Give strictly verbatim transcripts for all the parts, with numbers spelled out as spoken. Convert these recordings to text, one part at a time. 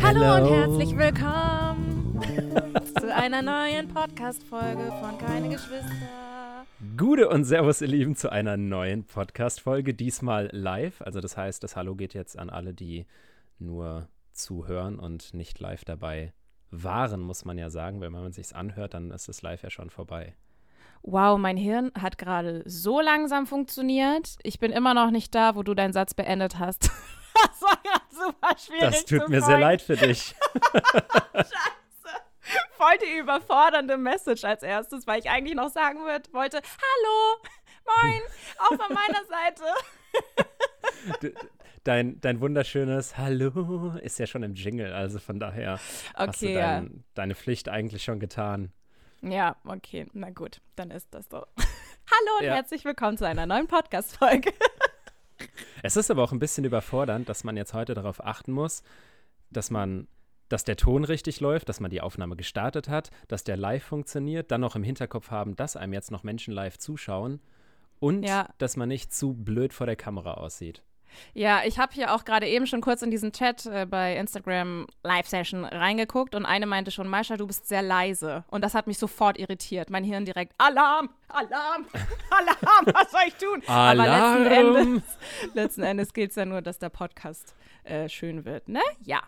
Hallo Hello. und herzlich willkommen zu einer neuen Podcast-Folge von Keine Geschwister. Gute und Servus, ihr Lieben, zu einer neuen Podcast-Folge, diesmal live. Also das heißt, das Hallo geht jetzt an alle, die nur zuhören und nicht live dabei waren, muss man ja sagen. Weil wenn man sich's anhört, dann ist das live ja schon vorbei. Wow, mein Hirn hat gerade so langsam funktioniert. Ich bin immer noch nicht da, wo du deinen Satz beendet hast. Das war gerade super schwierig. Das tut zu mir folgen. sehr leid für dich. Scheiße. Voll die überfordernde Message als erstes, weil ich eigentlich noch sagen würd, wollte, hallo, moin, auch von meiner Seite. D- Dein, dein wunderschönes Hallo ist ja schon im Jingle, also von daher hast du Okay, ja. dein, deine Pflicht eigentlich schon getan. Ja, okay, na gut, dann ist das so. Hallo und Ja. herzlich willkommen zu einer neuen Podcast-Folge. Es ist aber auch ein bisschen überfordernd, dass man jetzt heute darauf achten muss, dass man, dass der Ton richtig läuft, dass man die Aufnahme gestartet hat, dass der live funktioniert, dann noch im Hinterkopf haben, dass einem jetzt noch Menschen live zuschauen und Ja. dass man nicht zu blöd vor der Kamera aussieht. Ja, ich habe hier auch gerade eben schon kurz in diesen Chat äh, bei Instagram Live-Session reingeguckt und eine meinte schon, Maisha, du bist sehr leise. Und das hat mich sofort irritiert. Mein Hirn direkt, Alarm, Alarm, Alarm, was soll ich tun? Aber Alarm! letzten Endes, letzten Endes geht es ja nur, dass der Podcast äh, schön wird, ne? Ja,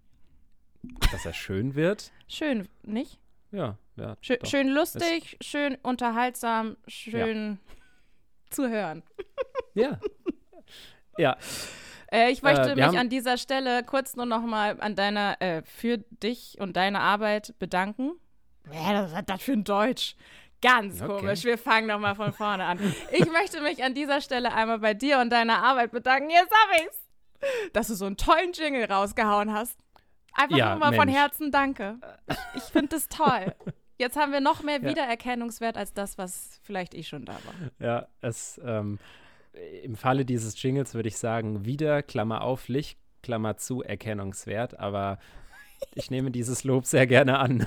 Dass er schön wird, schön, nicht? ja, ja. Schö doch. schön lustig, schön unterhaltsam, schön zu hören. Ja. Ja, Äh, ich möchte Äh, wir mich haben- an dieser Stelle kurz nur noch mal an deiner, äh, für dich und deine Arbeit bedanken. Ja, was hat das für ein Deutsch? Ganz Okay. komisch. Wir fangen noch mal von vorne an. Ich möchte mich an dieser Stelle einmal bei dir und deiner Arbeit bedanken. Jetzt hab ich's. Dass du so einen tollen Jingle rausgehauen hast. Einfach Ja, nur mal von Mensch. Herzen danke. Ich, ich finde das toll. Jetzt haben wir noch mehr Ja. Wiedererkennungswert als das, was vielleicht ich schon da war. ja, es, ähm, im Falle dieses Jingles würde ich sagen, wieder, Klammer auf, Licht, Klammer zu, Erkennungswert, aber ich nehme dieses Lob sehr gerne an.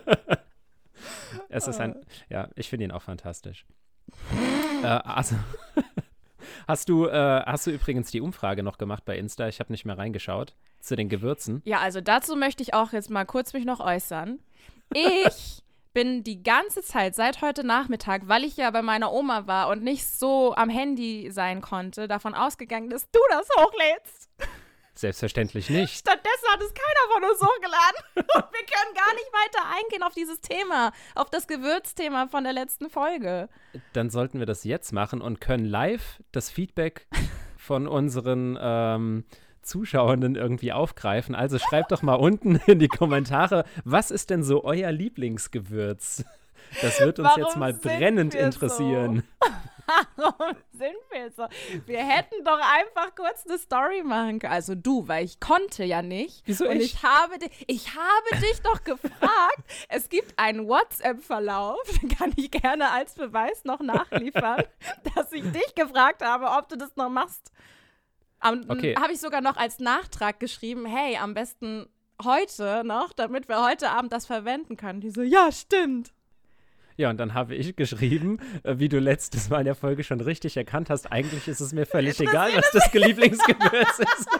Es ist ein, ja, ich finde ihn auch fantastisch. äh, also, hast du, äh, hast du übrigens die Umfrage noch gemacht bei Insta? Ich habe nicht mehr reingeschaut, zu den Gewürzen. Ja, also dazu möchte ich auch jetzt mal kurz mich noch äußern. Ich bin die ganze Zeit seit heute Nachmittag, weil ich ja bei meiner Oma war und nicht so am Handy sein konnte, davon ausgegangen, dass du das hochlädst. Selbstverständlich nicht. Stattdessen hat es keiner von uns hochgeladen. Und wir können gar nicht weiter eingehen auf dieses Thema, auf das Gewürzthema von der letzten Folge. Dann sollten wir das jetzt machen und können live das Feedback von unseren ähm, Zuschauenden irgendwie aufgreifen. Also schreibt doch mal unten in die Kommentare, was ist denn so euer Lieblingsgewürz? Das wird uns Warum jetzt mal sind brennend wir so? interessieren. Warum sind wir so? Wir hätten doch einfach kurz eine Story machen können. Also du, weil ich konnte ja nicht. Wieso Und ich? ich habe, di- ich habe dich doch gefragt. Es gibt einen WhatsApp-Verlauf, den kann ich gerne als Beweis noch nachliefern, dass ich dich gefragt habe, ob du das noch machst. Am- Okay. Habe ich sogar noch als Nachtrag geschrieben, hey, am besten heute noch, damit wir heute Abend das verwenden können. Die so, ja, stimmt. Ja, und dann habe ich geschrieben, äh, wie du letztes Mal in der Folge schon richtig erkannt hast, eigentlich ist es mir völlig egal, was das Lieblingsgewürz ist.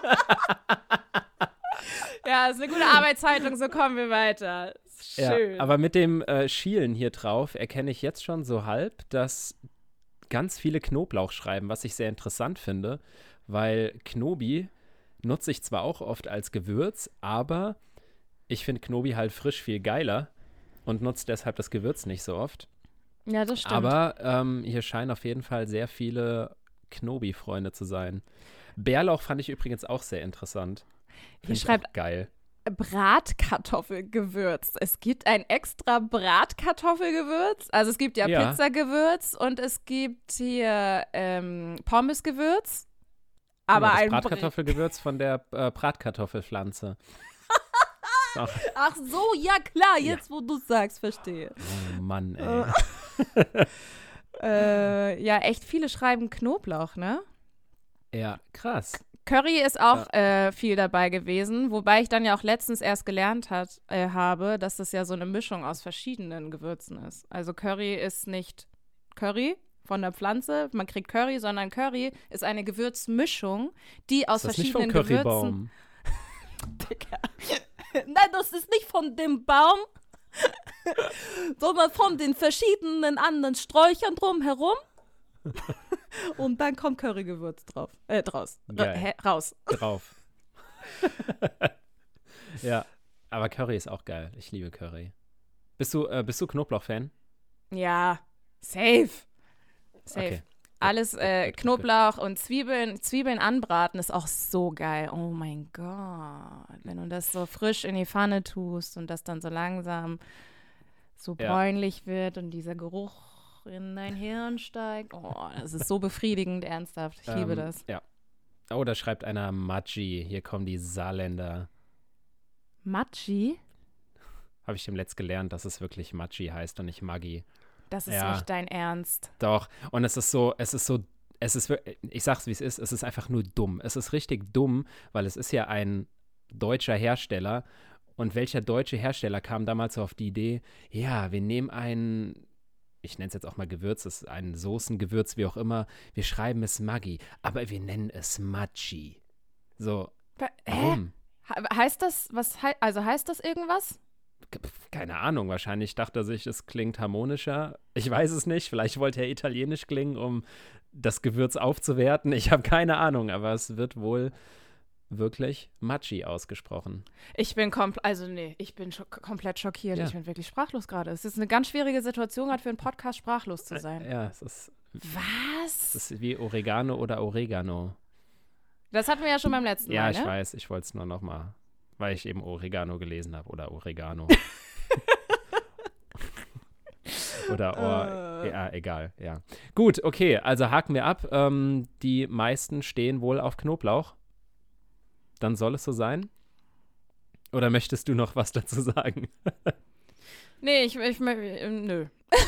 Ja, ist eine gute Arbeitszeitung, so kommen wir weiter. Ist schön. Ja, aber mit dem äh, Schielen hier drauf erkenne ich jetzt schon so halb, dass ganz viele Knoblauch schreiben, was ich sehr interessant finde, weil Knobi nutze ich zwar auch oft als Gewürz, aber ich finde Knobi halt frisch viel geiler und nutze deshalb das Gewürz nicht so oft. Ja, das stimmt. Aber ähm, hier scheinen auf jeden Fall sehr viele Knobi-Freunde zu sein. Bärlauch fand ich übrigens auch sehr interessant. Hier Find ich schreibt auch geil. Bratkartoffelgewürz. Es gibt ein extra Bratkartoffelgewürz. Also es gibt ja, Ja. Pizzagewürz und es gibt hier ähm, Pommesgewürz. Aber Guck mal, ein das Br- Bratkartoffelgewürz von der äh, Bratkartoffelpflanze. Ist auch- Ach so, ja klar, jetzt wo du sagst, verstehe. Oh Mann, ey. Äh, ja, echt viele schreiben Knoblauch, ne? Ja, krass. Curry ist auch äh, viel dabei gewesen, wobei ich dann ja auch letztens erst gelernt hat, äh, habe, dass das ja so eine Mischung aus verschiedenen Gewürzen ist. Also Curry ist nicht Curry von der Pflanze, man kriegt Curry, sondern Curry ist eine Gewürzmischung, die aus Ist das nicht vom verschiedenen Gewürzen. Currybaum? Digga. Nein, das ist nicht von dem Baum, sondern von den verschiedenen anderen Sträuchern drumherum. Und dann kommt Currygewürz drauf. Äh, draus. Geil. Hä, raus. Drauf. Ja, aber Curry ist auch geil. Ich liebe Curry. Bist du, äh, bist du Knoblauch-Fan? Ja, safe. Safe. Okay. Alles Gut, äh, gut, gut, Knoblauch und Zwiebeln, Zwiebeln anbraten ist auch so geil. Oh mein Gott. Wenn du das so frisch in die Pfanne tust und das dann so langsam so Ja. bräunlich wird und dieser Geruch in dein Hirn steigt. Oh, das ist so befriedigend, ernsthaft. Ich liebe Ähm, das. Ja. Oh, da schreibt einer Maggi. Hier kommen die Saarländer. Maggi? Habe ich dem letzt gelernt, dass es wirklich Maggi heißt und nicht Maggi. Das ist Ja. nicht dein Ernst. Doch. Und es ist so, es ist so, es ist, wir- ich sag's wie es ist, es ist einfach nur dumm. Es ist richtig dumm, weil es ist ja ein deutscher Hersteller. Und welcher deutsche Hersteller kam damals so auf die Idee, ja, wir nehmen ein, ich nenne es jetzt auch mal Gewürz, es ist ein Soßengewürz, wie auch immer, wir schreiben es Maggi, aber wir nennen es Maggi. So, Hä? warum? He- Heißt das, was, hei- also heißt das irgendwas? Keine Ahnung, wahrscheinlich dachte er sich, es klingt harmonischer. Ich weiß es nicht, vielleicht wollte er italienisch klingen, um das Gewürz aufzuwerten. Ich habe keine Ahnung, aber es wird wohl wirklich Maggi ausgesprochen. Ich bin komplett, also nee, ich bin scho komplett schockiert. Ja. Ich bin wirklich sprachlos gerade. Es ist eine ganz schwierige Situation, gerade für einen Podcast sprachlos zu sein. Ja, es ist, Was? es ist wie Oregano oder Oregano. Das hatten wir ja schon beim letzten Ja, Mal, ich ne? weiß, ich wollte es nur noch mal, weil ich eben Oregano gelesen habe oder Oregano. Oder Or, Äh. ja, egal, ja. Gut, okay, also haken wir ab. Ähm, die meisten stehen wohl auf Knoblauch. Dann soll es so sein. Oder möchtest du noch was dazu sagen? Nee, ich, ich, äh, nö.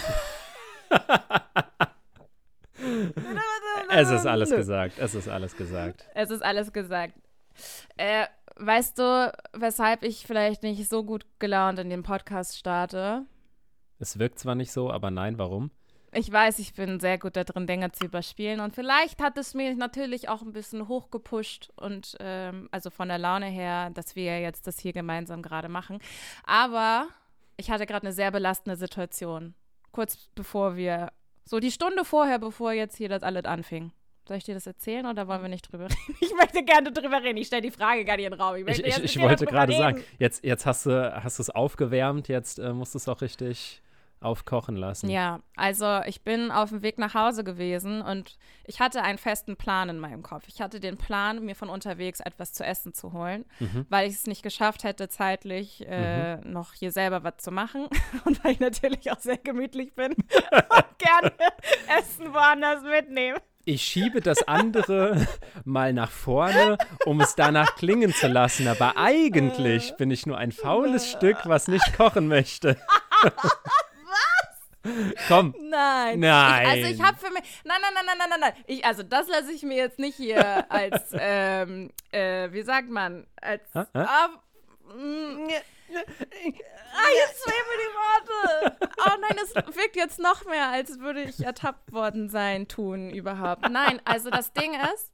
Es ist alles Nö. gesagt, es ist alles gesagt. Es ist alles gesagt. Äh, weißt du, weshalb ich vielleicht nicht so gut gelaunt in den Podcast starte? Es wirkt zwar nicht so, aber nein, warum? Ich weiß, ich bin sehr gut da drin, Dinge zu überspielen. Und vielleicht hat es mich natürlich auch ein bisschen hochgepusht. Und ähm, also von der Laune her, dass wir jetzt das hier gemeinsam gerade machen. Aber ich hatte gerade eine sehr belastende Situation. Kurz bevor wir, so die Stunde vorher, bevor jetzt hier das alles anfing. Soll ich dir das erzählen oder wollen wir nicht drüber reden? Ich möchte gerne drüber reden. Ich stelle die Frage gar nicht in den Raum. Ich, Ich, möchte ich, jetzt mit ich dir wollte darüber gerade reden. sagen, jetzt, jetzt hast du hast du es aufgewärmt, jetzt äh, musst du es auch richtig aufkochen lassen. Ja, also ich bin auf dem Weg nach Hause gewesen und ich hatte einen festen Plan in meinem Kopf. Ich hatte den Plan, mir von unterwegs etwas zu essen zu holen, Mhm. weil ich es nicht geschafft hätte, zeitlich äh, noch hier selber was zu machen. Und weil ich natürlich auch sehr gemütlich bin und gerne Essen woanders mitnehme. Ich schiebe das andere mal nach vorne, um es danach klingen zu lassen. Aber eigentlich bin ich nur ein faules Stück, was nicht kochen möchte. Komm. Nein. Nein. Ich, also ich habe für mich, nein, nein, nein, nein, nein, nein, nein. Ich, also das lasse ich mir jetzt nicht hier als, ähm, äh, wie sagt man, als, Hä? Hä? ah, mm, ah, jetzt fehlen mir die Worte. Oh nein, es wirkt jetzt noch mehr, als würde ich ertappt worden sein, tun überhaupt. Nein, also das Ding ist,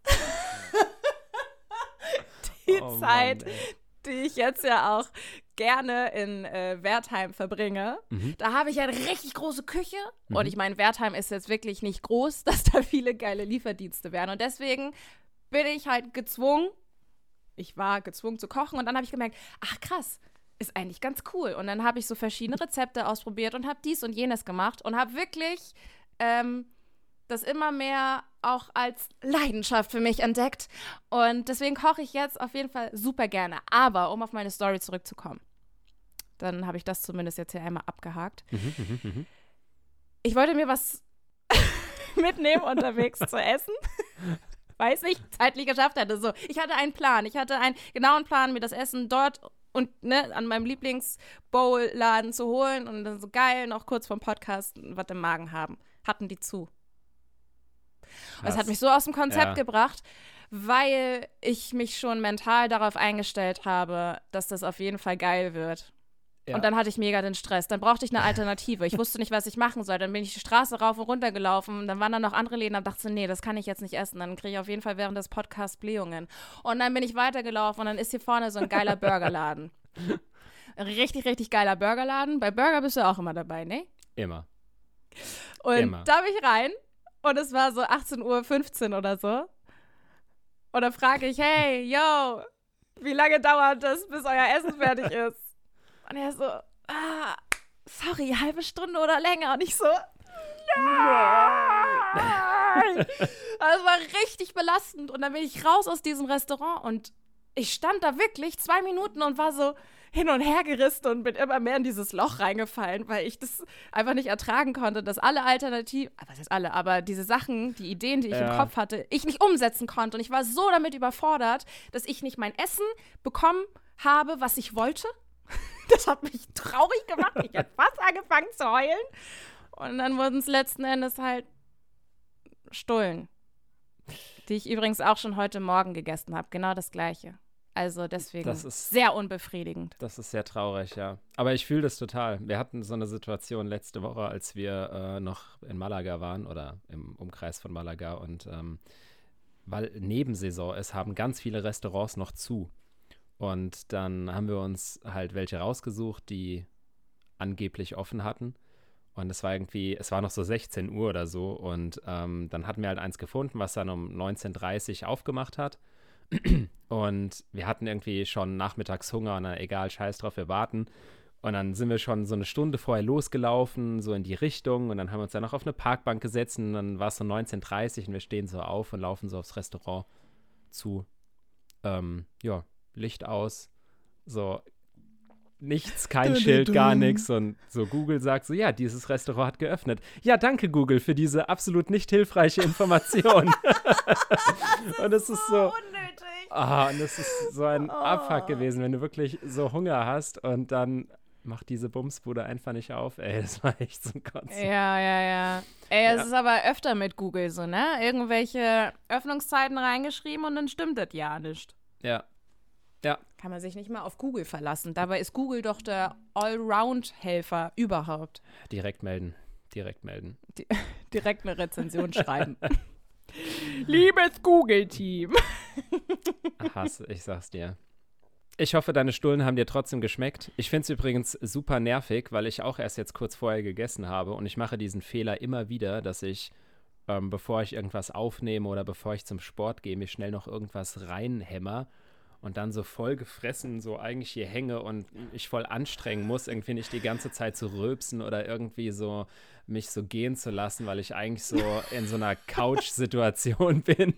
die Oh Mann, Zeit, ey. die ich jetzt ja auch gerne in äh, Wertheim verbringe. Mhm. Da habe ich eine richtig große Küche. Mhm. Und ich meine, Wertheim ist jetzt wirklich nicht groß, dass da viele geile Lieferdienste wären. Und deswegen bin ich halt gezwungen, ich war gezwungen zu kochen. Und dann habe ich gemerkt, ach krass, ist eigentlich ganz cool. Und dann habe ich so verschiedene Rezepte ausprobiert und habe dies und jenes gemacht. Und habe wirklich ähm, das immer mehr auch als Leidenschaft für mich entdeckt. Und deswegen koche ich jetzt auf jeden Fall super gerne. Aber um auf meine Story zurückzukommen, dann habe ich das zumindest jetzt hier einmal abgehakt. Mhm, mhm, mhm. Ich wollte mir was mitnehmen unterwegs zu essen. Weiß nicht, zeitlich geschafft hätte. So, ich hatte einen Plan. Ich hatte einen genauen Plan, mir das Essen dort und ne, an meinem Lieblings-Bowl-Laden zu holen und dann so geil noch kurz vorm Podcast was im Magen haben. Hatten die zu. Und das hat mich so aus dem Konzept Ja. gebracht, weil ich mich schon mental darauf eingestellt habe, dass das auf jeden Fall geil wird. Ja. Und dann hatte ich mega den Stress. Dann brauchte ich eine Alternative. Ich wusste nicht, was ich machen soll. Dann bin ich die Straße rauf und runter gelaufen. Dann waren da noch andere Läden. Und dachte so, nee, das kann ich jetzt nicht essen. Dann kriege ich auf jeden Fall während des Podcasts Blähungen. Und dann bin ich weitergelaufen und dann ist hier vorne so ein geiler Burgerladen. Ein richtig, richtig geiler Burgerladen. Bei Burger bist du auch immer dabei, ne? Immer. Und Immer. da bin ich rein und es war so achtzehn Uhr fünfzehn oder so. Und dann frage ich, hey, yo, wie lange dauert das, bis euer Essen fertig ist? Und er so, ah, sorry, halbe Stunde oder länger. Und ich so, nein! Das war richtig belastend. Und dann bin ich raus aus diesem Restaurant und ich stand da wirklich zwei Minuten und war so hin und her gerissen und bin immer mehr in dieses Loch reingefallen, weil ich das einfach nicht ertragen konnte, dass alle Alternativen, was heißt alle, aber diese Sachen, die Ideen, die ich Ja. im Kopf hatte, ich nicht umsetzen konnte. Und ich war so damit überfordert, dass ich nicht mein Essen bekommen habe, was ich wollte. Das hat mich traurig gemacht. Ich habe fast angefangen zu heulen. Und dann wurden es letzten Endes halt Stullen, die ich übrigens auch schon heute Morgen gegessen habe. Genau das Gleiche. Also deswegen Das ist- sehr unbefriedigend. Das ist sehr traurig, ja. Aber ich fühle das total. Wir hatten so eine Situation letzte Woche, als wir äh, noch in Malaga waren oder im Umkreis von Malaga. Und ähm, weil Nebensaison ist, haben ganz viele Restaurants noch zu. Und dann haben wir uns halt welche rausgesucht, die angeblich offen hatten. Und es war irgendwie, es war noch so sechzehn Uhr oder so. Und ähm, dann hatten wir halt eins gefunden, was dann um neunzehn Uhr dreißig aufgemacht hat. Und wir hatten irgendwie schon nachmittags Hunger und dann, egal, scheiß drauf, wir warten. Und dann sind wir schon so eine Stunde vorher losgelaufen, so in die Richtung. Und dann haben wir uns dann noch auf eine Parkbank gesetzt. Und dann war es so neunzehn Uhr dreißig und wir stehen so auf und laufen so aufs Restaurant zu. Ähm, ja, Licht aus. So, nichts, kein Schild, gar nichts. Und so Google sagt so, ja, dieses Restaurant hat geöffnet. Ja, danke Google für diese absolut nicht hilfreiche Information. Und es ist so, unnötig. ah, und es ist so ein Oh. Abfuck gewesen, wenn du wirklich so Hunger hast und dann macht diese Bumsbude einfach nicht auf. Ey, das war echt so ein Kotzen. Ja, ja, ja. Ey, Ja. es ist aber öfter mit Google so, ne? Irgendwelche Öffnungszeiten reingeschrieben und dann stimmt das ja nicht. Ja. Ja. Kann man sich nicht mal auf Google verlassen. Dabei ist Google doch der Allround-Helfer überhaupt. Direkt melden. Direkt melden. Direkt eine Rezension schreiben. Liebes Google-Team. Hass, ich sag's dir. Ich hoffe, deine Stullen haben dir trotzdem geschmeckt. Ich find's übrigens super nervig, weil ich auch erst jetzt kurz vorher gegessen habe und ich mache diesen Fehler immer wieder, dass ich, ähm, bevor ich irgendwas aufnehme oder bevor ich zum Sport gehe, mir schnell noch irgendwas reinhämmer und dann so voll gefressen so eigentlich hier hänge und ich voll anstrengen muss, irgendwie nicht die ganze Zeit zu rülpsen oder irgendwie so mich so gehen zu lassen, weil ich eigentlich so in so einer Couch-Situation bin.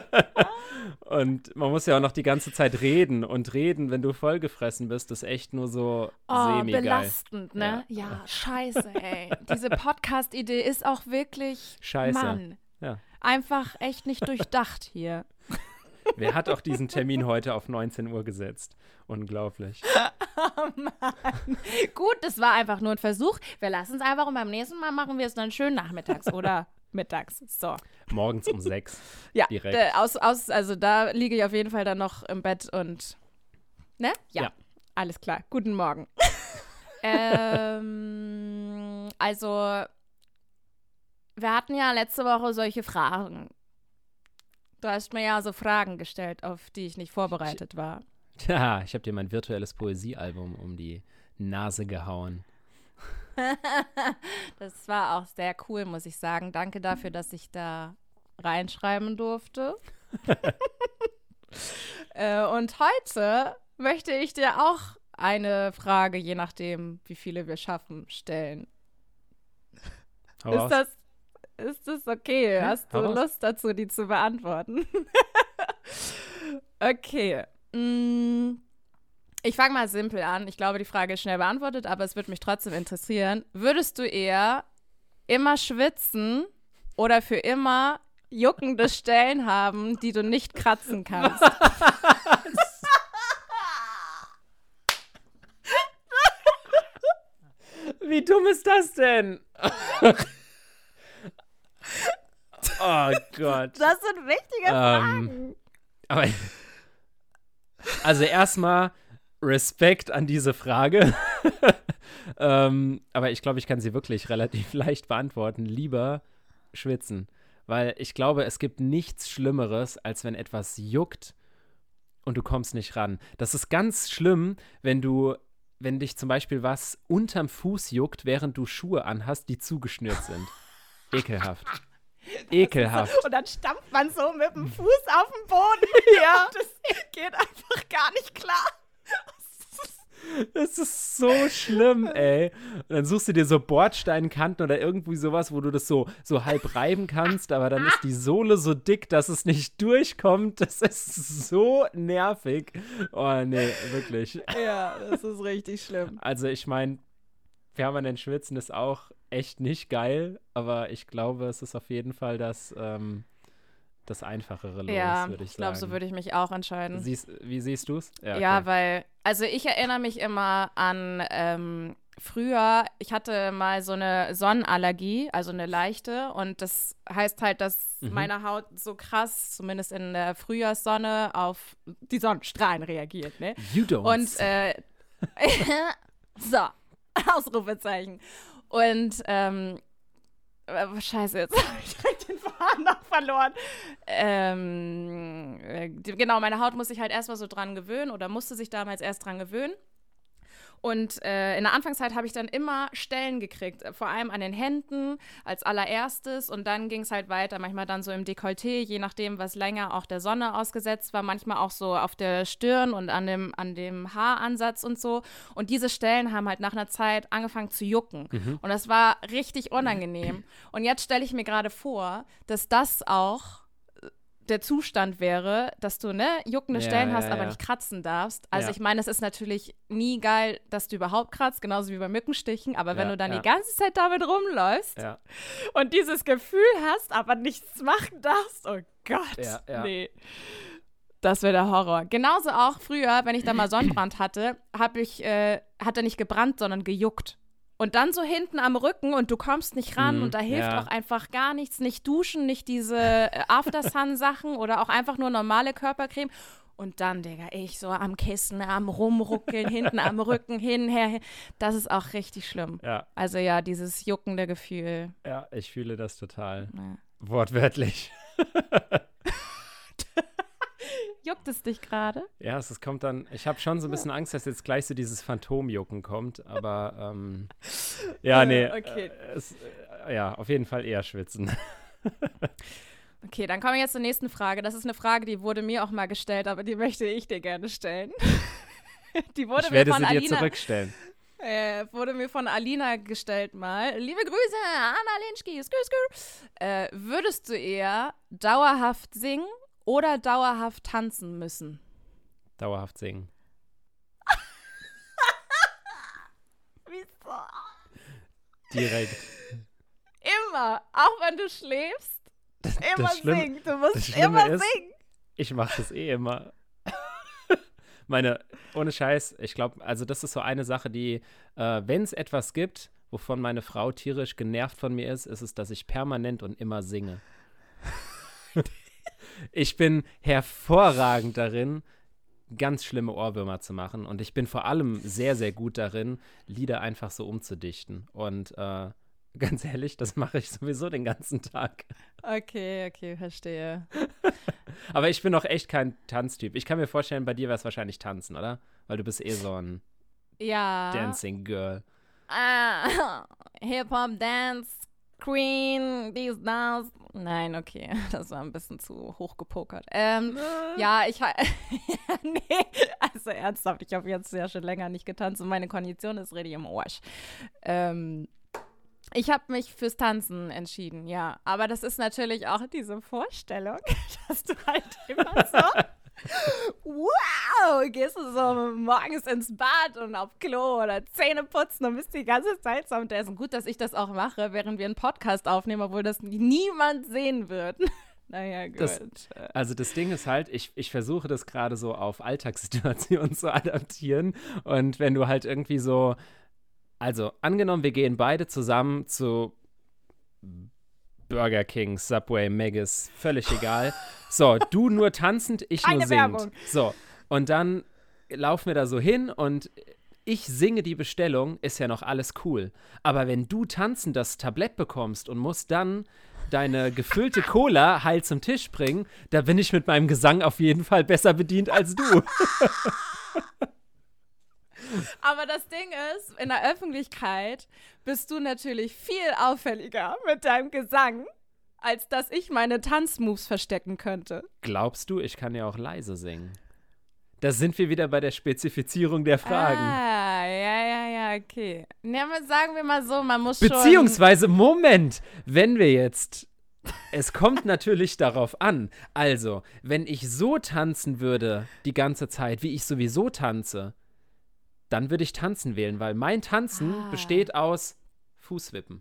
Und man muss ja auch noch die ganze Zeit reden und reden, wenn du vollgefressen bist, ist echt nur so Oh, semi-geil. belastend, ne? Ja, ja, scheiße, ey. Diese Podcast-Idee ist auch wirklich, Scheiße. Mann, Ja. einfach echt nicht durchdacht hier. Wer hat auch diesen Termin heute auf neunzehn Uhr gesetzt? Unglaublich. Oh Mann. Gut, das war einfach nur ein Versuch. Wir lassen es einfach und beim nächsten Mal machen wir es dann schön nachmittags oder mittags. So. Morgens um sechs. Ja, Direkt. äh, aus, aus, also da liege ich auf jeden Fall dann noch im Bett und, ne? Ja, Ja. alles klar. Guten Morgen. ähm, also, wir hatten ja letzte Woche solche Fragen. Du hast mir ja so Fragen gestellt, auf die ich nicht vorbereitet war. Tja, ich habe dir mein virtuelles Poesiealbum um die Nase gehauen. Das war auch sehr cool, muss ich sagen. Danke dafür, dass ich da reinschreiben durfte. äh, und heute möchte ich dir auch eine Frage, je nachdem, wie viele wir schaffen, stellen. Hau Ist raus. das, ist das okay? Hast du hau raus. Lust dazu, die zu beantworten? Okay. Mm, Ich fange mal simpel an. Ich glaube, die Frage ist schnell beantwortet, aber es würde mich trotzdem interessieren. Würdest du eher immer schwitzen oder für immer juckende Stellen haben, die du nicht kratzen kannst? Wie dumm ist das denn? Oh Gott. Das sind wichtige Fragen. Ähm, aber also erstmal Respekt an diese Frage. ähm, aber ich glaube, ich kann sie wirklich relativ leicht beantworten. Lieber schwitzen. Weil ich glaube, es gibt nichts Schlimmeres, als wenn etwas juckt und du kommst nicht ran. Das ist ganz schlimm, wenn du, wenn dich zum Beispiel was unterm Fuß juckt, während du Schuhe anhast, die zugeschnürt sind. Ekelhaft. Ekelhaft. So, und dann stampft man so mit dem Fuß auf den Boden. Ja. Das geht einfach gar nicht klar. Das ist so schlimm, ey. Und dann suchst du dir so Bordsteinkanten oder irgendwie sowas, wo du das so, so halb reiben kannst, aber dann ist die Sohle so dick, dass es nicht durchkommt. Das ist so nervig. Oh, nee, wirklich. Ja, das ist richtig schlimm. Also ich meine, permanent schwitzen ist auch echt nicht geil, aber ich glaube, es ist auf jeden Fall das, ähm, das Einfachere los, ja, würde ich, ich glaube, sagen. so würde ich mich auch entscheiden. Siehst, wie siehst du es? Ja, okay. Ja, weil, also ich erinnere mich immer an ähm, früher, ich hatte mal so eine Sonnenallergie, also eine leichte, und das heißt halt, dass Mhm. meine Haut so krass, zumindest in der Frühjahrssonne, auf die Sonnenstrahlen reagiert, ne? You don't. Und, äh, so, Ausrufezeichen. Und, ähm, äh, scheiße, jetzt habe ich direkt den Faden noch verloren. Ähm, äh, die- genau, meine Haut muss sich halt erstmal so dran gewöhnen oder musste sich damals erst dran gewöhnen. Und äh, in der Anfangszeit habe ich dann immer Stellen gekriegt, äh, vor allem an den Händen als allererstes. Und dann ging es halt weiter, manchmal dann so im Dekolleté, je nachdem, was länger auch der Sonne ausgesetzt war, manchmal auch so auf der Stirn und an dem, an dem Haaransatz und so. Und diese Stellen haben halt nach einer Zeit angefangen zu jucken. Mhm. Und das war richtig unangenehm. Und jetzt stelle ich mir gerade vor, dass das auch äh, der Zustand wäre, dass du, ne, juckende Ja, Stellen ja, hast, aber ja. nicht kratzen darfst. Also Ja. ich meine, es ist natürlich nie geil, dass du überhaupt kratzt, genauso wie bei Mückenstichen, aber wenn Ja, du dann ja. die ganze Zeit damit rumläufst Ja, und dieses Gefühl hast, aber nichts machen darfst, oh Gott, Ja, ja. nee. Das wäre der Horror. Genauso auch früher, wenn ich da mal Sonnenbrand hatte, habe ich, äh, hat er nicht gebrannt, sondern gejuckt. Und dann so hinten am Rücken und du kommst nicht ran Mhm, und da hilft ja. auch einfach gar nichts. Nicht duschen, nicht diese äh, After-Sun-Sachen oder auch einfach nur normale Körpercreme. Und dann, Digga, ich so am Kissen, am Rumruckeln, hinten am Rücken, hin, her, hin. Das ist auch richtig schlimm. ja, Also ja, dieses juckende Gefühl. ja, ich fühle das total. Ja. Wortwörtlich. Juckt es dich gerade? Ja, es, es kommt dann, ich habe schon so ein bisschen Angst, dass jetzt gleich so dieses Phantomjucken kommt, aber ähm, ja, nee, Äh, okay. äh, es, äh, ja, auf jeden Fall eher schwitzen. Okay, dann kommen wir jetzt zur nächsten Frage. Das ist eine Frage, die wurde mir auch mal gestellt, aber die möchte ich dir gerne stellen. Die wurde Ich mir werde von sie dir Alina, zurückstellen. äh, wurde mir von Alina gestellt mal. Liebe Grüße, Anna Linschki. Skü, skü. Äh, würdest du eher dauerhaft singen oder dauerhaft tanzen müssen? Dauerhaft singen. Wieso? Direkt. Immer, auch wenn du schläfst, immer das Schlimme- singen. Du musst das Schlimme immer ist- singen. Ich mache das eh immer. Meine, ohne Scheiß, ich glaube, also das ist so eine Sache, die, äh, wenn es etwas gibt, wovon meine Frau tierisch genervt von mir ist, ist es, dass ich permanent und immer singe. Ich bin hervorragend darin, ganz schlimme Ohrwürmer zu machen. Und ich bin vor allem sehr, sehr gut darin, Lieder einfach so umzudichten. Und äh, ganz ehrlich, das mache ich sowieso den ganzen Tag. Okay, okay, verstehe. Aber ich bin auch echt kein Tanztyp. Ich kann mir vorstellen, bei dir wäre es wahrscheinlich tanzen, oder? Weil du bist eh so ein Ja. Dancing Girl. Ah, Hip-Hop, Dance, Queen, dies, das. Nein, okay, das war ein bisschen zu hoch gepokert. Ähm, ja, ich ha- nee, also ernsthaft, ich habe jetzt ja schon länger nicht getanzt und meine Kondition ist richtig im Arsch. Ähm, ich habe mich fürs Tanzen entschieden, ja. Aber das ist natürlich auch diese Vorstellung, dass du halt immer so wow, gehst du so morgens ins Bad und auf Klo oder Zähne putzen und bist die ganze Zeit so am Essen. Gut, dass ich das auch mache, während wir einen Podcast aufnehmen, obwohl das niemand sehen wird. Naja, gut. Das- Also das Ding ist halt, ich, ich versuche das gerade so auf Alltagssituationen zu adaptieren. Und wenn du halt irgendwie so, also angenommen, wir gehen beide zusammen zu Burger King, Subway, Maggis, völlig egal. So, du nur tanzend, ich Keine nur singend. Werbung. So, und dann laufen wir da so hin und ich singe die Bestellung, ist ja noch alles cool. Aber wenn du tanzend das Tablett bekommst und musst dann deine gefüllte Cola heil zum Tisch bringen, da bin ich mit meinem Gesang auf jeden Fall besser bedient als du. Aber das Ding ist, in der Öffentlichkeit bist du natürlich viel auffälliger mit deinem Gesang, als dass ich meine Tanzmoves verstecken könnte. Glaubst du, ich kann ja auch leise singen? Da sind wir wieder bei der Spezifizierung der Fragen. Ah, ja, ja, ja, okay. Ja, aber sagen wir mal so, man muss schon... Beziehungsweise, Moment, wenn wir jetzt... Es kommt natürlich darauf an. Also, wenn ich so tanzen würde die ganze Zeit, wie ich sowieso tanze, dann würde ich Tanzen wählen, weil mein Tanzen ah. besteht aus Fußwippen.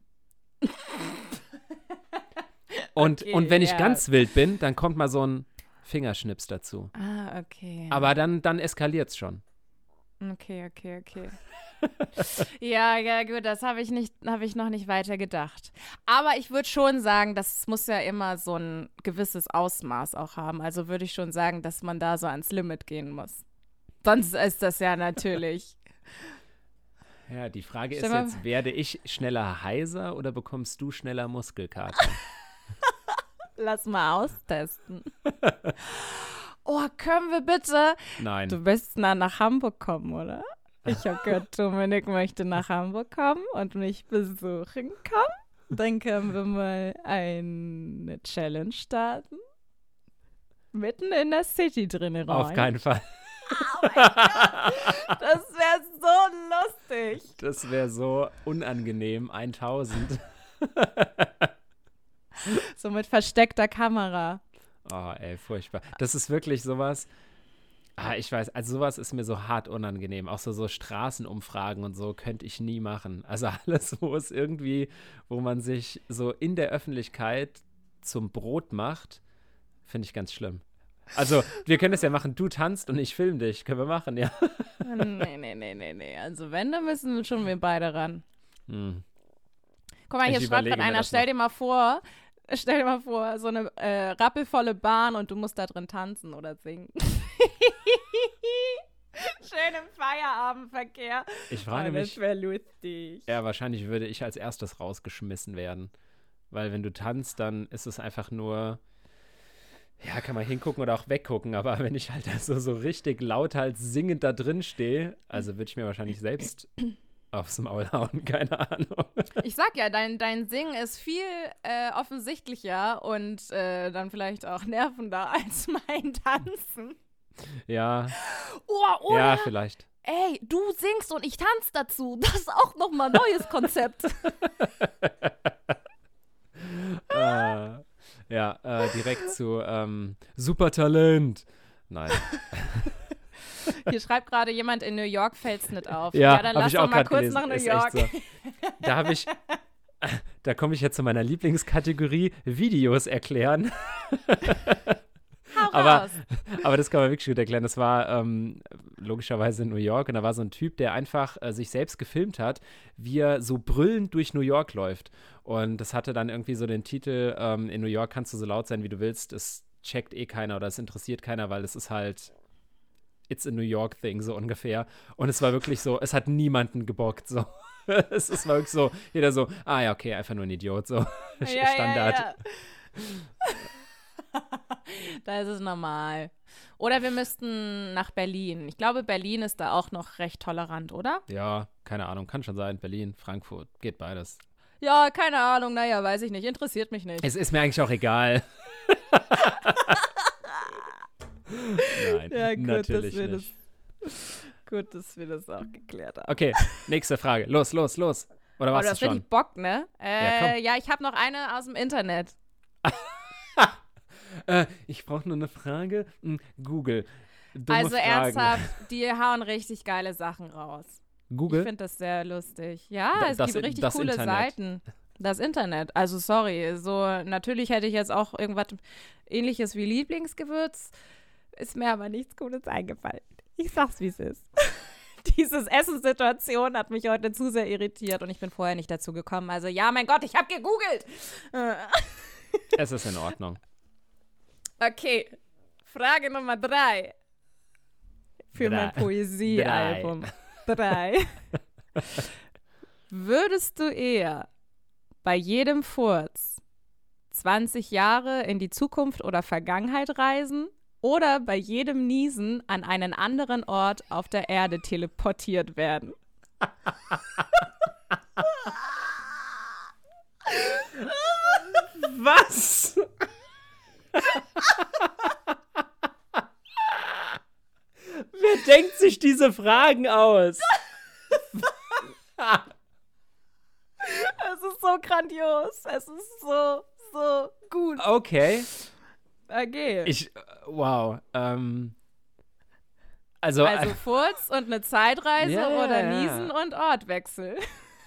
und, okay, und wenn ich ja. ganz wild bin, dann kommt mal so ein Fingerschnips dazu. Ah, okay. Aber dann, dann eskaliert es schon. Okay, okay, okay. ja, ja, gut, das habe ich nicht, habe ich noch nicht weiter gedacht. Aber ich würde schon sagen, das muss ja immer so ein gewisses Ausmaß auch haben. Also würde ich schon sagen, dass man da so ans Limit gehen muss. Sonst ist das ja natürlich. Ja, die Frage Stell ist mal- jetzt, werde ich schneller heiser oder bekommst du schneller Muskelkater? Lass mal austesten. Oh, können wir bitte? Nein. Du willst nach, nach Hamburg kommen, oder? Ich habe gehört, Dominik möchte nach Hamburg kommen und mich besuchen kommen. Dann können wir mal eine Challenge starten. Mitten in der City drin rein. Auf keinen Fall. Oh mein Gott, das wäre so lustig. Das wäre so unangenehm. tausend. So mit versteckter Kamera. Oh, ey, furchtbar. Das ist wirklich sowas. Ah, ich weiß, also sowas ist mir so hart unangenehm. Auch so, so Straßenumfragen und so könnte ich nie machen. Also alles, wo es irgendwie, wo man sich so in der Öffentlichkeit zum Brot macht, finde ich ganz schlimm. Also, wir können es ja machen, du tanzt und ich film dich. Können wir machen, ja. Nee, nee, nee, nee, nee. Also wenn, dann müssen schon wir beide ran. Hm. Guck mal, hier Ich schreibt überlege gerade mir einer, das stell noch. dir mal vor, stell dir mal vor, so eine äh, rappelvolle Bahn und du musst da drin tanzen oder singen. Schön im Feierabendverkehr. Ich frage Oh, mich, das wäre lustig. ja, wahrscheinlich würde ich als erstes rausgeschmissen werden. Weil wenn du tanzt, dann ist es einfach nur, ja, kann man hingucken oder auch weggucken. Aber wenn ich halt so, so richtig lauthals singend da drin stehe, also würde ich mir wahrscheinlich selbst aufs Maul hauen, keine Ahnung. Ich sag ja, dein, dein Singen ist viel äh, offensichtlicher und äh, dann vielleicht auch nervender als mein Tanzen. Ja, Oh, oder? ja, vielleicht. Ey, du singst und ich tanze dazu. Das ist auch nochmal ein neues Konzept. äh, ja, äh, direkt zu ähm, Supertalent. Nein. Hier schreibt gerade jemand, in New York fällt's nicht auf. Ja, ja dann hab lass ich auch doch mal grad kurz gelesen. nach New Ist York. echt so. Da habe ich, da komme ich jetzt zu meiner Lieblingskategorie, Videos erklären. Hau aber, raus. aber das kann man wirklich gut erklären. Das war ähm, logischerweise in New York und da war so ein Typ, der einfach äh, sich selbst gefilmt hat, wie er so brüllend durch New York läuft. Und das hatte dann irgendwie so den Titel, ähm, in New York kannst du so laut sein, wie du willst. Es checkt eh keiner oder es interessiert keiner, weil es ist halt It's a New York thing, so ungefähr. Und es war wirklich so, es hat niemanden gebockt, so. Es ist wirklich so, jeder so, ah ja, okay, einfach nur ein Idiot, so. Ja, Standard. Ja, ja. Da ist es normal. Oder wir müssten nach Berlin. Ich glaube, Berlin ist da auch noch recht tolerant, oder? Ja, keine Ahnung, kann schon sein. Berlin, Frankfurt, geht beides. Ja, keine Ahnung. Naja, weiß ich nicht. Interessiert mich nicht. Es ist mir eigentlich auch egal. Nein, Ja, gut, natürlich dass wir nicht. Das, gut, dass wir das auch geklärt haben. Okay, nächste Frage. Los, los, los. Oder Oh, was du ist hast schon? richtig Bock, ne? Ja, Äh, komm. ja, ich habe noch eine aus dem Internet. äh, ich brauche nur eine Frage. Hm, Google. Dumme Also Fragen. ernsthaft, die hauen richtig geile Sachen raus. Google? Ich finde das sehr lustig. Ja, Da- es das gibt In- richtig das coole Internet. Seiten. Das Internet. Also sorry, so natürlich hätte ich jetzt auch irgendwas Ähnliches wie Lieblingsgewürz. Ist mir aber nichts Cooles eingefallen. Ich sag's, wie es ist. Diese Essenssituation hat mich heute zu sehr irritiert und ich bin vorher nicht dazu gekommen. Also ja, mein Gott, ich habe gegoogelt. Äh, Es ist in Ordnung. Okay, Frage Nummer drei. Für Drei. mein Poesiealbum. Drei. Würdest du eher bei jedem Furz zwanzig Jahre in die Zukunft oder Vergangenheit reisen oder bei jedem Niesen an einen anderen Ort auf der Erde teleportiert werden? Was? Wer denkt sich diese Fragen aus? Es ist so grandios. Es ist so, so gut. Okay. Okay. Ich, wow. Ähm, also, Also äh, Furz und eine Zeitreise Ja, ja, oder ja. Niesen und Ortwechsel.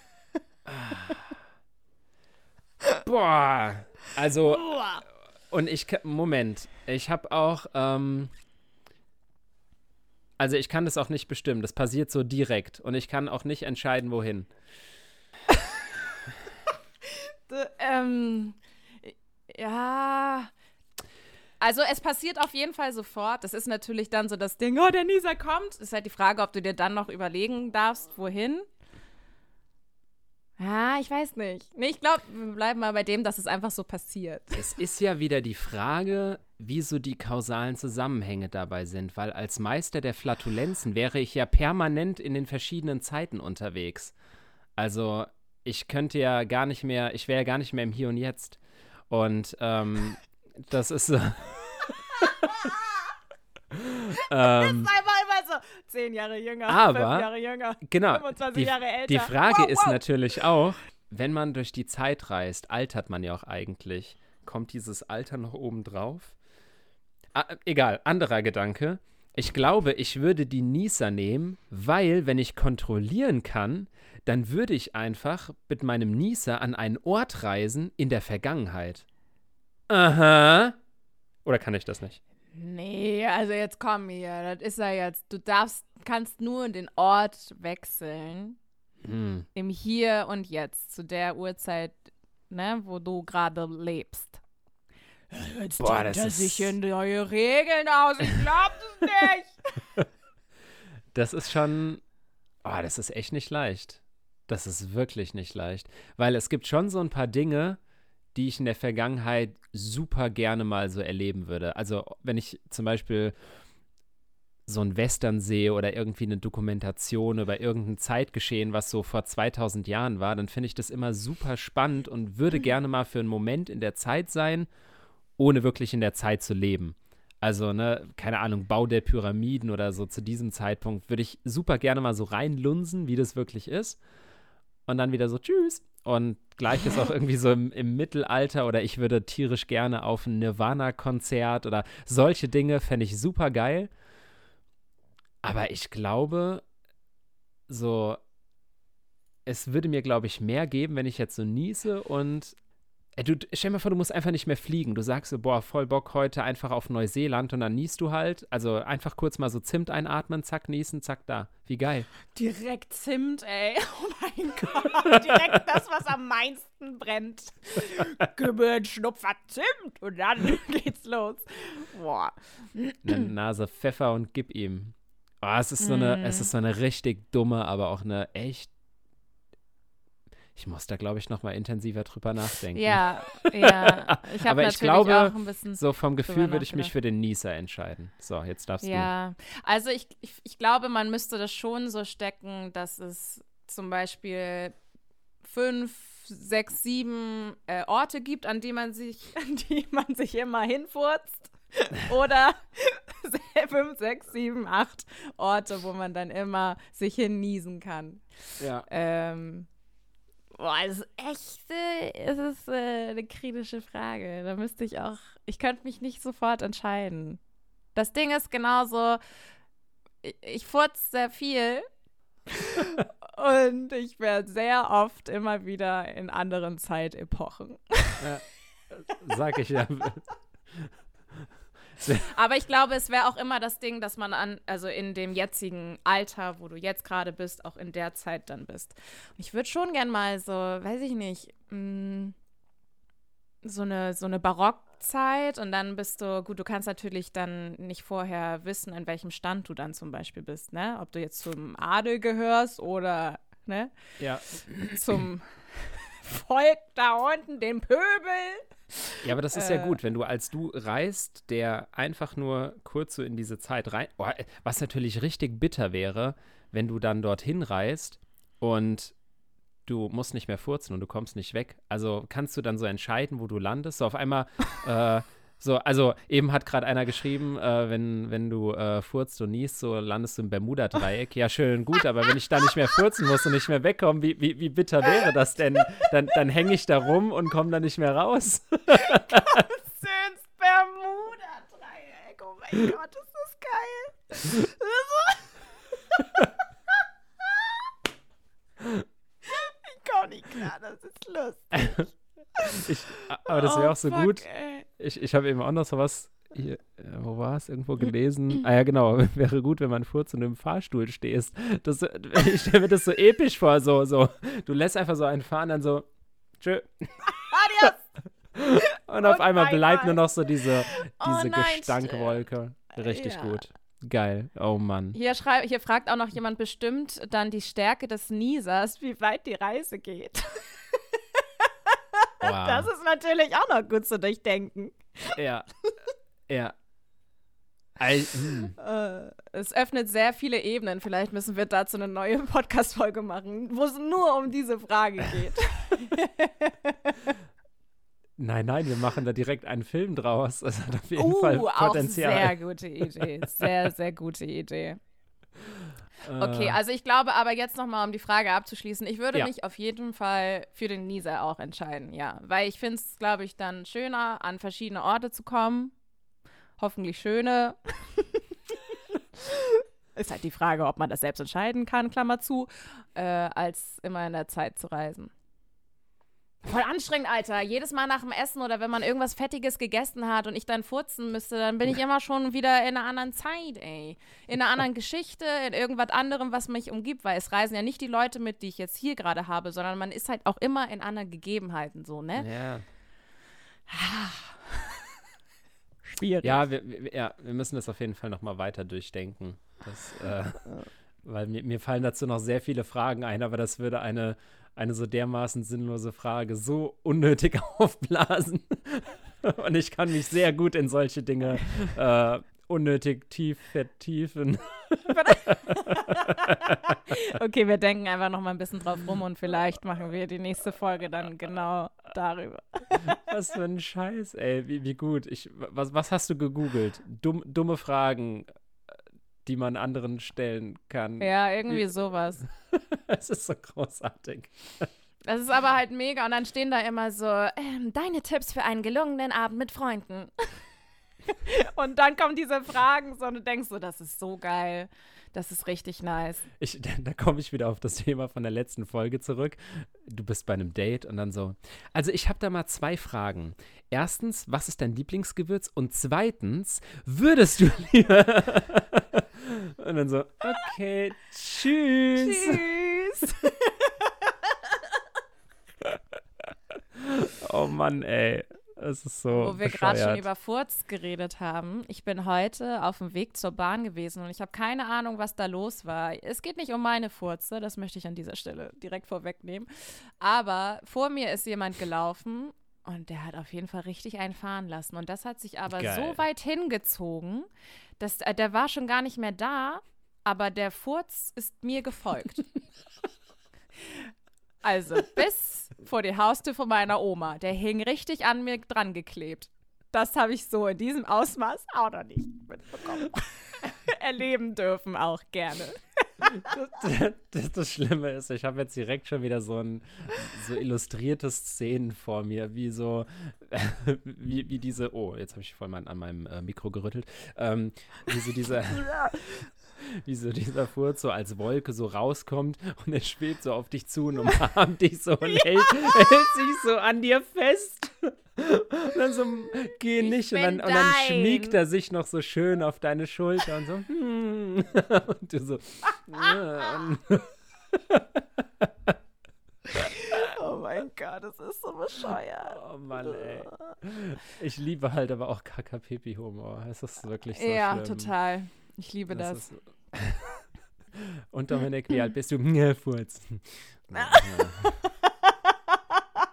boah. Also, Uah. und ich, ka- Moment. Ich habe auch, ähm, also ich kann das auch nicht bestimmen. Das passiert so direkt. Und ich kann auch nicht entscheiden, wohin. D- ähm, ja. Also es passiert auf jeden Fall sofort. Das ist natürlich dann so das Ding, oh, der Nieser kommt. Ist halt die Frage, ob du dir dann noch überlegen darfst, wohin. Ja, ich weiß nicht. Nee, ich glaube, wir bleiben mal bei dem, dass es einfach so passiert. Es ist ja wieder die Frage, wieso die kausalen Zusammenhänge dabei sind, weil als Meister der Flatulenzen wäre ich ja permanent in den verschiedenen Zeiten unterwegs. Also ich könnte ja gar nicht mehr, ich wäre ja gar nicht mehr im Hier und Jetzt. Und ähm, das ist so. ähm, Einfach immer so zehn Jahre jünger, Aber- fünf Jahre jünger, genau. fünfundzwanzig Die, Jahre älter. die Frage Wow, ist wow. natürlich auch, wenn man durch die Zeit reist, altert man ja auch eigentlich. Kommt dieses Alter noch oben drauf? Ah, egal, anderer Gedanke. Ich glaube, ich würde die Nieser nehmen, weil, wenn ich kontrollieren kann, dann würde ich einfach mit meinem Nieser an einen Ort reisen in der Vergangenheit. Aha. Oder kann ich das nicht? Nee, also jetzt komm hier, das ist ja jetzt, du darfst, kannst nur den Ort wechseln, Hm. im Hier und Jetzt, zu der Uhrzeit, ne, wo du gerade lebst. Jetzt Boah, denkt das er ist- sich hier neue Regeln aus, ich glaub das nicht. Das ist schon, oh, das ist echt nicht leicht. Das ist wirklich nicht leicht. Weil es gibt schon so ein paar Dinge, die ich in der Vergangenheit super gerne mal so erleben würde. Also wenn ich zum Beispiel so ein Western sehe oder irgendwie eine Dokumentation über irgendein Zeitgeschehen, was so vor zweitausend Jahren war, dann finde ich das immer super spannend und würde gerne mal für einen Moment in der Zeit sein, ohne wirklich in der Zeit zu leben. Also, ne, keine Ahnung, Bau der Pyramiden oder so zu diesem Zeitpunkt würde ich super gerne mal so reinlunsen, wie das wirklich ist. Und dann wieder so, tschüss. Und gleiches auch irgendwie so im, im Mittelalter oder ich würde tierisch gerne auf ein Nirvana-Konzert oder solche Dinge fände ich super geil. Aber ich glaube, so, es würde mir, glaube ich, mehr geben, wenn ich jetzt so niese und ey, du, stell dir mal vor, du musst einfach nicht mehr fliegen. Du sagst so, boah, voll Bock heute einfach auf Neuseeland und dann niest du halt. Also einfach kurz mal so Zimt einatmen, zack, niesen, zack, da. Wie geil. Direkt Zimt, ey, oh mein Gott, direkt das, was am meisten brennt. Kümmel, Schnupfer, Zimt und dann geht's los. Boah. Eine Nase Pfeffer und gib ihm. Oh, es ist so eine, Mm. es ist so eine richtig dumme, aber auch eine echt. Ich muss da, glaube ich, noch mal intensiver drüber nachdenken. Ja, ja. Ich habe Aber natürlich ich glaube, auch ein bisschen. So vom Gefühl drüber würde ich mich nachgedacht. für den Nieser entscheiden. So, jetzt darfst Ja, also ich, ich, ich glaube, man müsste das schon so stecken, dass es zum Beispiel fünf, sechs, sieben äh, Orte gibt, an die man sich, an die man sich immer hinfurzt. Oder fünf, sechs, sieben, acht Orte, wo man dann immer sich hinniesen kann. du. Ja. Ähm, boah, es ist echt, äh, es ist äh, eine kritische Frage. Da müsste ich auch, ich könnte mich nicht sofort entscheiden. Das Ding ist genauso, ich, ich furze sehr viel und ich werde sehr oft immer wieder in anderen Zeitepochen. Sag ich ja. Aber ich glaube, es wäre auch immer das Ding, dass man an, also in dem jetzigen Alter, wo du jetzt gerade bist, auch in der Zeit dann bist. Und ich würde schon gern mal so, weiß ich nicht, mh, so eine, so eine Barockzeit und dann bist du, gut, du kannst natürlich dann nicht vorher wissen, in welchem Stand du dann zum Beispiel bist, ne? Ob du jetzt zum Adel gehörst oder, ne, Ja. zum folgt da unten den Pöbel. Ja, aber das ist äh, ja gut, wenn du als du reist, der einfach nur kurz so in diese Zeit rein, oh, was natürlich richtig bitter wäre, wenn du dann dorthin reist und du musst nicht mehr furzen und du kommst nicht weg. Also kannst du dann so entscheiden, wo du landest? So auf einmal, äh, so, also eben hat gerade einer geschrieben, äh, wenn, wenn du äh, furzt und niest, so landest du im Bermuda-Dreieck. Ja, schön, gut, aber wenn ich da nicht mehr furzen muss und nicht mehr wegkomme, wie, wie, wie bitter wäre das denn? Dann, dann hänge ich da rum und komme da nicht mehr raus. Kommst du ins Bermuda-Dreieck? Oh mein Gott, ist das geil. Ich komme nicht klar, das ist lustig. Ich, aber das wäre oh, auch so fuck, gut. Ey. Ich, ich habe eben auch noch so was, hier, äh, wo war es, irgendwo gelesen. Ah ja, genau, wäre gut, wenn man furzt und im Fahrstuhl stehst. Das, ich stelle mir das so episch vor, so, so. Du lässt einfach so einen fahren, dann so, tschö. Adios. Und auf und einmal bye bleibt bye. nur noch so diese, diese oh nein, Gestankwolke. Richtig ja. gut. Geil. Oh Mann. Hier, schrei- hier fragt auch noch jemand bestimmt dann die Stärke des Niesers, wie weit die Reise geht. Wow. Das ist natürlich auch noch gut zu durchdenken. Ja. Ja. I, hm. äh, es öffnet sehr viele Ebenen. Vielleicht müssen wir dazu eine neue Podcast-Folge machen, wo es nur um diese Frage geht. Nein, nein, wir machen da direkt einen Film draus. Das hat auf jeden uh, Fall Potenzial. Auch sehr gute Idee. Sehr, sehr gute Idee. Okay, also ich glaube aber jetzt nochmal, um die Frage abzuschließen, ich würde ja. mich auf jeden Fall für den Nieser auch entscheiden, ja. Weil ich finde es, glaube ich, dann schöner, an verschiedene Orte zu kommen. Hoffentlich schöne. Ist halt die Frage, ob man das selbst entscheiden kann, Klammer zu, äh, als immer in der Zeit zu reisen. Voll anstrengend, Alter. Jedes Mal nach dem Essen oder wenn man irgendwas Fettiges gegessen hat und ich dann furzen müsste, dann bin ich immer schon wieder in einer anderen Zeit, ey. In einer anderen Geschichte, in irgendwas anderem, was mich umgibt, weil es reisen ja nicht die Leute mit, die ich jetzt hier gerade habe, sondern man ist halt auch immer in anderen Gegebenheiten so, ne? Ja. Schwierig. Ja wir, wir, ja, wir müssen das auf jeden Fall nochmal weiter durchdenken. Das, äh, weil mir, mir fallen dazu noch sehr viele Fragen ein, aber das würde eine eine so dermaßen sinnlose Frage so unnötig aufblasen. Und ich kann mich sehr gut in solche Dinge äh, unnötig tief vertiefen. Okay, wir denken einfach noch mal ein bisschen drauf rum und vielleicht machen wir die nächste Folge dann genau darüber. Was für ein Scheiß, ey. Wie, wie gut. Ich, was, was hast du gegoogelt? Dumm, dumme Fragen, die man anderen stellen kann. Ja, irgendwie sowas. Es ist so großartig. Das ist aber halt mega. Und dann stehen da immer so, ähm, deine Tipps für einen gelungenen Abend mit Freunden. Und dann kommen diese Fragen so und du denkst so, das ist so geil. Das ist richtig nice. Ich, da komme ich wieder auf das Thema von der letzten Folge zurück. Du bist bei einem Date und dann so, also ich habe da mal zwei Fragen. Erstens, was ist dein Lieblingsgewürz? Und zweitens, würdest du lieber... Und dann so, okay, tschüss. Tschüss. Oh Mann, ey. Es ist so Wo wir gerade schon bescheuert. über Furz geredet haben. Ich bin heute auf dem Weg zur Bahn gewesen und ich habe keine Ahnung, was da los war. Es geht nicht um meine Furze, das möchte ich an dieser Stelle direkt vorwegnehmen. Aber vor mir ist jemand gelaufen und der hat auf jeden Fall richtig einen fahren lassen. Und das hat sich aber Geil. so weit hingezogen, dass äh, der war schon gar nicht mehr da, aber der Furz ist mir gefolgt. Also bis vor die Haustür von meiner Oma. Der hing richtig an mir dran geklebt. Das habe ich so in diesem Ausmaß auch noch nicht mitbekommen. Erleben dürfen auch gerne. Das, das, das Schlimme ist, ich habe jetzt direkt schon wieder so ein so illustrierte Szenen vor mir, wie so, wie, wie diese, oh, jetzt habe ich voll mal an meinem äh, Mikro gerüttelt, ähm, wie so diese, wie so dieser Furz so als Wolke so rauskommt und er schwebt so auf dich zu und umarmt dich so und ja. hält, hält sich so an dir fest. Und dann so, geh nicht. Und dann, und dann schmiegt er sich noch so schön auf deine Schulter und so, hm. Und du so, ja. Oh mein Gott, das ist so bescheuert. Oh Mann, ey. Ich liebe halt aber auch Kaka-Pipi-Humor. Es ist wirklich so ja, schlimm. Ja, total. Ich liebe das. das. Und Dominik, wie alt bist du? Ja, Furz.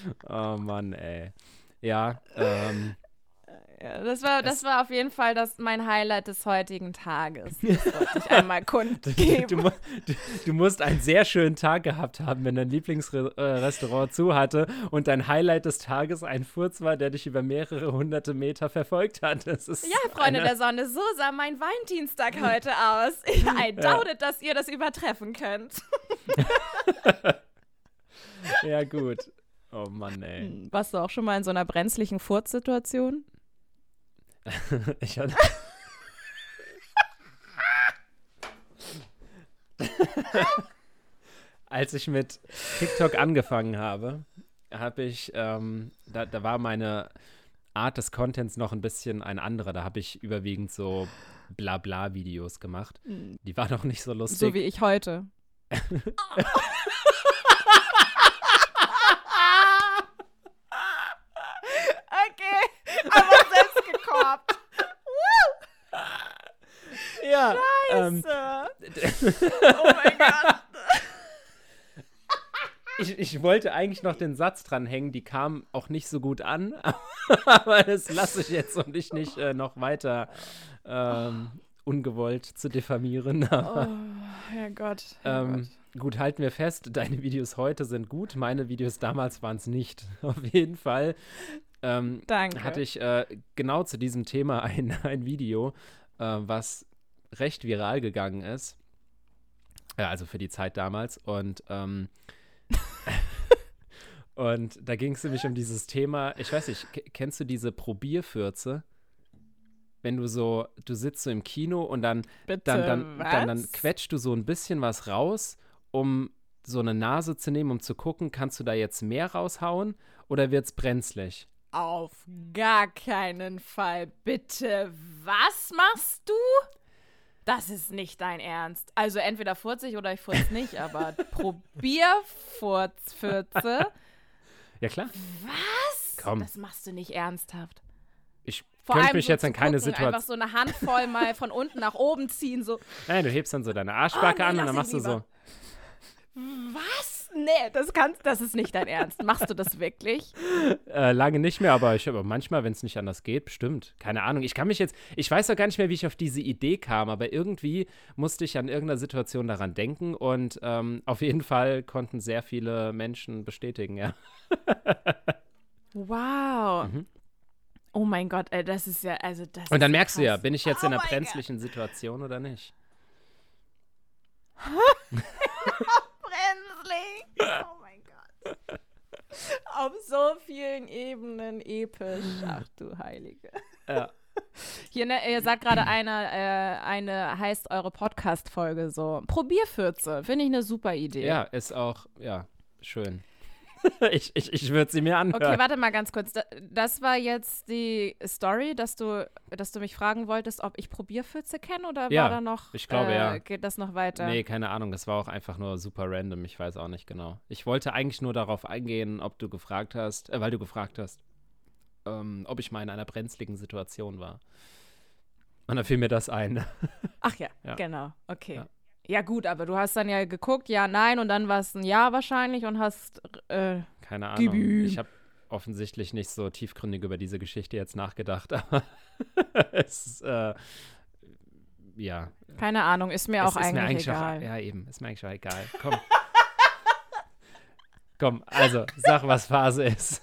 Oh Mann, ey. Ja, ähm. Ja, das war, das war auf jeden Fall das, mein Highlight des heutigen Tages. Das wollte ich einmal kundgeben. Du, du, du musst einen sehr schönen Tag gehabt haben, wenn dein Lieblingsrestaurant zu hatte und dein Highlight des Tages ein Furz war, der dich über mehrere hunderte Meter verfolgt hat. Das ist ja, Freunde der Sonne, so sah mein Valentinstag heute aus. I doubt it, dass ihr das übertreffen könnt. Ja, gut. Oh Mann, ey. Warst du auch schon mal in so einer brenzlichen Furzsituation? Ich hatte. Als ich mit TikTok angefangen habe, habe ich, ähm, da, da war meine Art des Contents noch ein bisschen ein anderer. Da habe ich überwiegend so Blabla-Videos gemacht. Die waren noch nicht so lustig. So wie ich heute. Okay, aber selbst gekorbt. Ja. Scheiße. Ähm, oh mein Gott. Ich, ich wollte eigentlich noch den Satz dranhängen, die kam auch nicht so gut an, aber das lasse ich jetzt, um dich nicht äh, noch weiter ähm, ungewollt zu diffamieren. Oh, Herrgott. ähm, gut, halten wir fest, deine Videos heute sind gut, meine Videos damals waren es nicht. Auf jeden Fall ähm, Danke. hatte ich äh, genau zu diesem Thema ein, ein Video, äh, was recht viral gegangen ist. Ja, also für die Zeit damals. Und ähm, und da ging es nämlich um dieses Thema, ich weiß nicht, k- kennst du diese Probierfürze? Wenn du so, du sitzt so im Kino und dann, Bitte, dann, dann, was? dann, dann quetscht du so ein bisschen was raus, um so eine Nase zu nehmen, um zu gucken, kannst du da jetzt mehr raushauen oder wird's brenzlig? Auf gar keinen Fall. Bitte, was machst du? Das ist nicht dein Ernst. Also entweder furze ich oder ich furze nicht, aber Probierfurzfürze. Ja, klar. Was? Komm. Das machst du nicht ernsthaft. Ich Vor könnte allem mich so jetzt zu an keine gucken, Situation. einfach so eine Handvoll mal von unten nach oben ziehen, so. Nein, du hebst dann so deine Arschbacke Oh, nee, an und lass dann ihn machst du so. Was? Nee, das kannst, das ist nicht dein Ernst. Machst du das wirklich? Äh, lange nicht mehr, aber ich aber manchmal, wenn es nicht anders geht, bestimmt. Keine Ahnung. Ich kann mich jetzt, ich weiß doch gar nicht mehr, wie ich auf diese Idee kam, aber irgendwie musste ich an irgendeiner Situation daran denken und ähm, auf jeden Fall konnten sehr viele Menschen bestätigen, ja. Wow. Mhm. Oh mein Gott, ey, das ist ja, also das Und dann ist merkst du ja, krass. bin ich jetzt Oh in einer mein brenzlichen Situation oder nicht? Brenzlig. Oh mein Gott. Auf so vielen Ebenen episch. Ach du Heilige. Ja. Hier, ne, ihr sagt gerade einer, äh, eine heißt eure Podcast-Folge so. Probierfürze. Finde ich eine super Idee. Ja, ist auch, ja, schön. ich ich, ich würde sie mir anhören. Okay, warte mal ganz kurz. Da- Das war jetzt die Story, dass du, dass du mich fragen wolltest, ob ich Probierfürze kenne oder Ja, war da noch, ich glaube, äh, ja. geht das noch weiter? Nee, keine Ahnung, das war auch einfach nur super random, ich weiß auch nicht genau. Ich wollte eigentlich nur darauf eingehen, ob du gefragt hast, äh, weil du gefragt hast, ähm, ob ich mal in einer brenzligen Situation war. Und dann fiel mir das ein. Ach ja, Ja. genau, okay. Ja. Ja. gut, aber du hast dann ja geguckt, ja, nein und dann war es ein Ja wahrscheinlich und hast, äh, Keine Gib Ahnung. ihm. Ich habe offensichtlich nicht so tiefgründig über diese Geschichte jetzt nachgedacht, aber es, äh, ja. keine Ahnung, ist mir Es auch ist mir eigentlich eigentlich egal. Auch, ja, eben, ist mir eigentlich auch egal. Komm. Komm, also, sag, was Phase ist.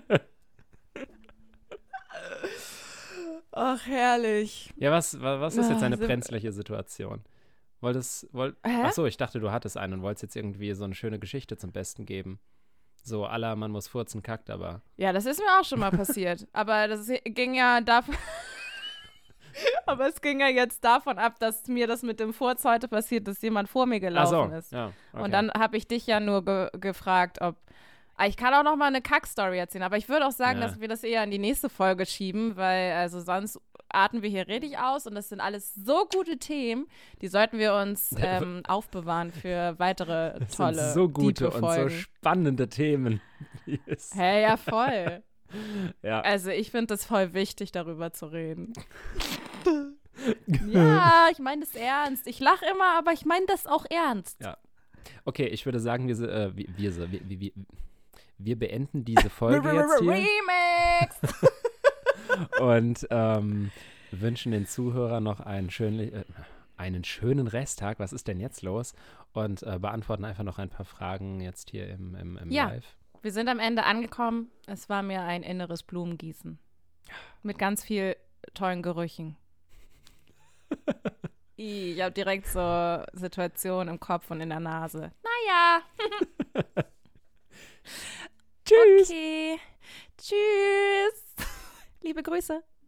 Ach, herrlich. Ja, was, wa- was ist jetzt Ah, eine sind- brenzliche Situation? Wolltest, wollt, Hä? Ach so, ich dachte, du hattest einen und wolltest jetzt irgendwie so eine schöne Geschichte zum Besten geben. So, à la, man muss furzen, kackt, aber. Ja, das ist mir auch schon mal passiert. Aber das ging ja davon. Aber es ging ja jetzt davon ab, dass mir das mit dem Furz heute passiert, dass jemand vor mir Ach gelaufen so, ist. ja. Okay. Und dann habe ich dich ja nur ge gefragt, ob. Ah, ich kann auch noch mal eine Kack-Story erzählen, aber ich würde auch sagen, Ja. dass wir das eher in die nächste Folge schieben, weil also sonst arten wir hier richtig aus und das sind alles so gute Themen, die sollten wir uns ähm, aufbewahren für weitere das tolle, sind so gute diepe und so Folgen. spannende Themen. Die es- Hä, hey, ja, voll. ja. Also ich finde das voll wichtig, darüber zu reden. Ja, ich meine das ernst. Ich lache immer, aber ich meine das auch ernst. Ja. Okay, ich würde sagen, wir, se- äh, wir, wir, se- wir, wir, wir beenden diese Folge jetzt hier. Remix! Und ähm, wünschen den Zuhörern noch einen schönen, äh, einen schönen Resttag. Was ist denn jetzt los? Und äh, beantworten einfach noch ein paar Fragen jetzt hier im, im, im Ja. Live. Wir sind am Ende angekommen. Es war mir ein inneres Blumengießen. Mit ganz viel tollen Gerüchen. Ich habe direkt so Situationen im Kopf und in der Nase. Naja. Tschüss. Okay. Tschüss. Liebe Grüße.